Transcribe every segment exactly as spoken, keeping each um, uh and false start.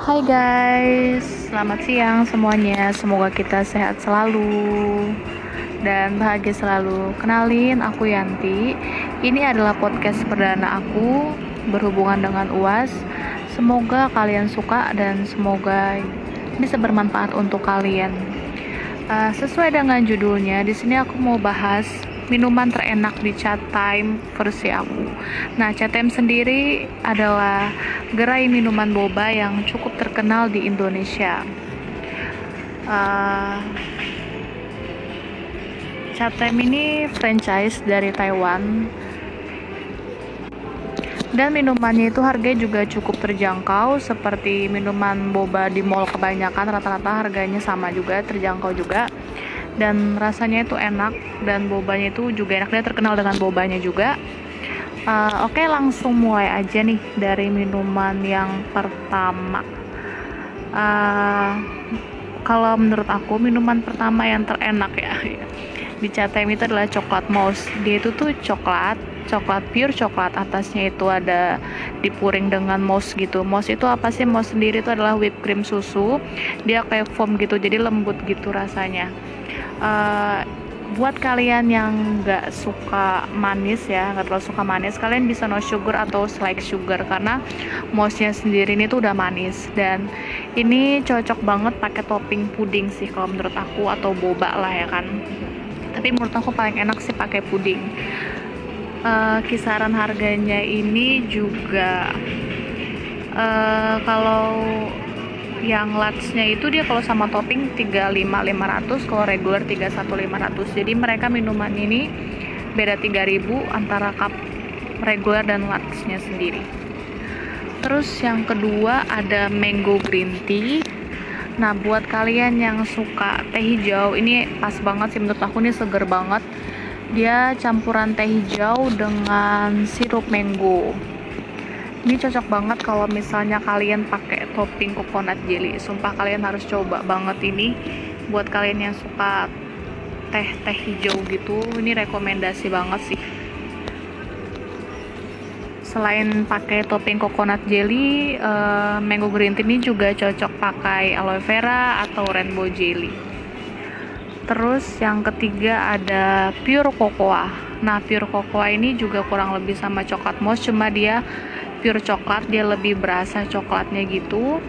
Hai guys, selamat siang semuanya. Semoga kita sehat selalu dan bahagia selalu. Kenalin, aku Yanti. Ini adalah podcast perdana aku berhubungan dengan U A S. Semoga kalian suka dan semoga bisa bermanfaat untuk kalian. Uh, sesuai dengan judulnya, di sini aku mau bahas minuman terenak di chat time versi aku. Nah, chat time sendiri adalah gerai minuman boba yang cukup terkenal di Indonesia. Uh, chat time ini franchise dari Taiwan. Dan minumannya itu harganya juga cukup terjangkau, seperti minuman boba di mall kebanyakan rata-rata harganya sama juga, terjangkau juga. Dan rasanya itu enak, dan bobanya itu juga enak, dia terkenal dengan bobanya juga. Uh, Oke, okay, langsung mulai aja nih dari minuman yang pertama. Uh, kalau menurut aku minuman pertama yang terenak ya di chat time itu adalah coklat mouse. Dia itu tuh coklat, coklat pure coklat, atasnya itu ada dipuring dengan mouse gitu. Mouse itu apa sih? Mouse sendiri itu adalah whipped cream susu. Dia kayak foam gitu, jadi lembut gitu rasanya. Uh, buat kalian yang nggak suka manis ya, nggak terlalu suka manis, kalian bisa no sugar atau slight sugar karena mouse-nya sendiri ini tuh udah manis. Dan ini cocok banget pakai topping puding sih kalau menurut aku, atau boba lah ya kan. Tapi menurut aku paling enak sih pakai puding. Uh, kisaran harganya ini juga uh, kalau yang large-nya itu dia kalau sama topping tiga puluh lima ribu lima ratus, kalau regular tiga puluh satu ribu lima ratus. Jadi mereka minuman ini beda tiga ribu antara cup regular dan large-nya sendiri. Terus yang kedua ada mango green tea. Nah, buat kalian yang suka teh hijau, ini pas banget sih menurut aku, ini seger banget. Dia campuran teh hijau dengan sirup mango. Ini cocok banget kalau misalnya kalian pakai topping coconut jelly. Sumpah kalian harus coba banget ini. Buat kalian yang suka teh-teh hijau gitu, ini rekomendasi banget sih. Selain pakai topping coconut jelly, uh, mango green tea ini juga cocok pakai aloe vera atau rainbow jelly. Terus yang ketiga ada pure cocoa. Nah, pure cocoa ini juga kurang lebih sama coklat mouse, cuma dia pure coklat, dia lebih berasa coklatnya gitu.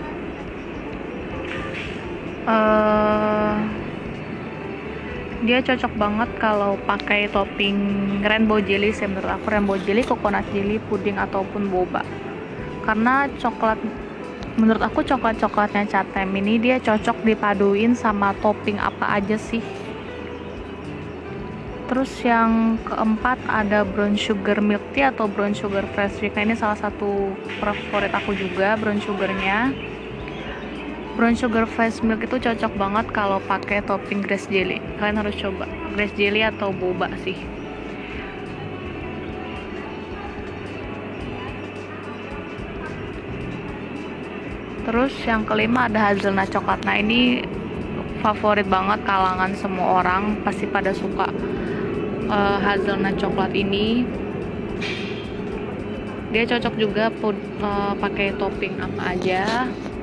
Uh, dia cocok banget kalau pakai topping rainbow jelly sih menurut aku, rainbow jelly, coconut jelly, puding ataupun boba. Karena coklat, menurut aku coklat-coklatnya chat time ini dia cocok dipaduin sama topping apa aja sih. Terus yang keempat ada brown sugar milk tea atau brown sugar fresh milk. Nah, ini salah satu favorit aku juga brown sugarnya. Brown sugar fresh milk itu cocok banget kalau pakai topping grass jelly. Kalian harus coba grass jelly atau boba sih. Terus yang kelima ada hazelnut coklat. Nah, ini favorit banget kalangan semua orang, pasti pada suka uh, hazelnut coklat ini. Dia cocok juga uh, pakai topping apa aja.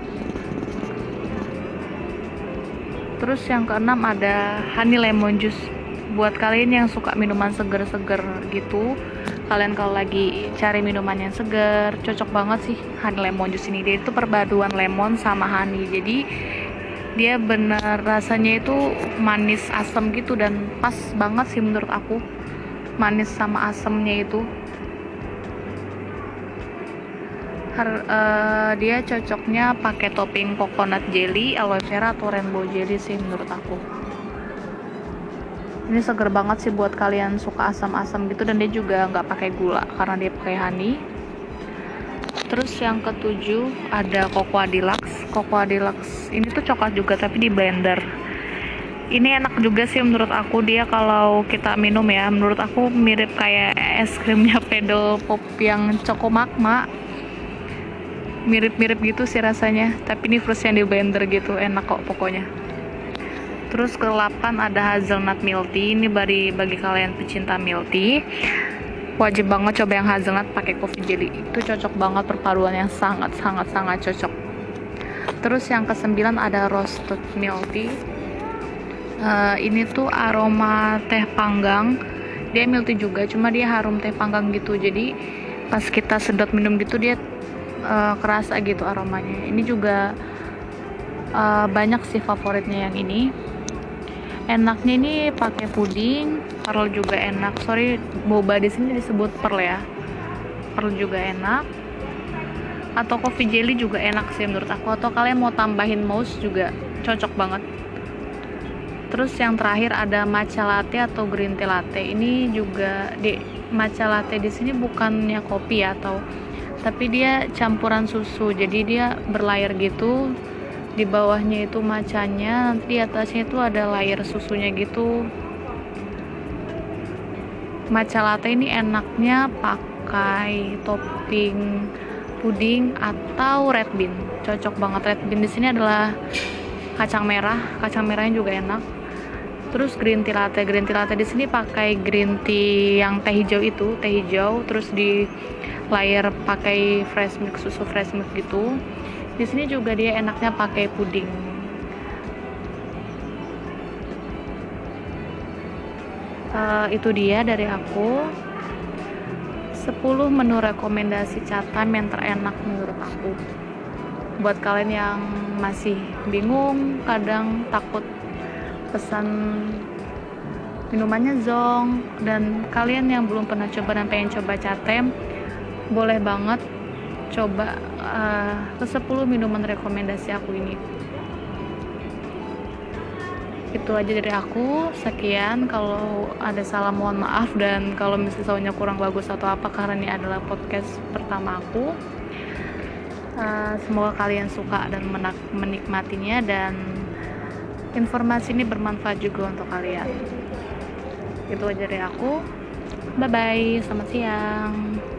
Terus yang keenam ada honey lemon juice. Buat kalian yang suka minuman seger-seger gitu, kalian kalau lagi cari minuman yang seger, cocok banget sih honey lemon juice ini. Dia itu perpaduan lemon sama honey, jadi dia bener rasanya itu manis asam gitu, dan pas banget sih menurut aku manis sama asamnya itu. Har, uh, dia cocoknya pakai topping coconut jelly, aloe vera atau rainbow jelly sih menurut aku. Ini seger banget sih buat kalian suka asam-asam gitu, dan dia juga nggak pakai gula karena dia pakai honey. Terus yang ketujuh ada cocoa deluxe. Cocoa deluxe ini tuh coklat juga tapi di blender. Ini enak juga sih menurut aku, dia kalau kita minum ya, menurut aku mirip kayak es krimnya Pedal Pop yang Choco Magma. Mirip-mirip gitu sih rasanya, tapi ini versi yang di blender gitu, enak kok pokoknya. Terus ke delapan ada hazelnut milk tea. Ini bagi bagi kalian pecinta milk tea, wajib banget coba yang hazelnut pakai coffee jelly. Itu cocok banget, perpaduan yang sangat sangat sangat cocok. Terus yang kesembilan ada roasted milk tea. Uh, ini tuh aroma teh panggang, dia milk tea juga, cuma dia harum teh panggang gitu, jadi pas kita sedot minum gitu dia uh, kerasa gitu aromanya. Ini juga uh, banyak sih favoritnya yang ini. Enaknya ini pakai puding, pearl juga enak. Sorry, boba di sini disebut pearl ya. Pearl juga enak. Atau coffee jelly juga enak sih menurut aku. Atau kalian mau tambahin mouse juga cocok banget. Terus yang terakhir ada matcha latte atau green tea latte. Ini juga di matcha latte di sini bukannya kopi ya, atau tapi dia campuran susu. Jadi dia berlayar gitu. Di bawahnya itu matchanya, nanti di atasnya itu ada layer susunya gitu. Matcha latte ini enaknya pakai topping puding atau red bean. Cocok banget. Red bean di sini adalah kacang merah. Kacang merahnya juga enak. Terus green tea latte. Green tea latte di sini pakai green tea yang teh hijau itu, teh hijau terus di layer pakai fresh milk, susu fresh milk gitu. Di sini juga dia enaknya pakai puding. Uh, itu dia dari aku sepuluh menu rekomendasi Chatham yang terenak menurut aku. Buat kalian yang masih bingung, kadang takut pesan minumannya zonk, dan kalian yang belum pernah coba dan pengen coba Chatham, boleh banget coba uh, ke sepuluh minuman rekomendasi aku ini. Itu aja dari aku. Sekian, kalau ada salah mohon maaf, dan kalau misalnya soundnya kurang bagus atau apa, karena ini adalah podcast pertama aku. Uh, semoga kalian suka dan menak- menikmatinya, dan informasi ini bermanfaat juga untuk kalian. Itu aja dari aku. Bye bye, selamat siang.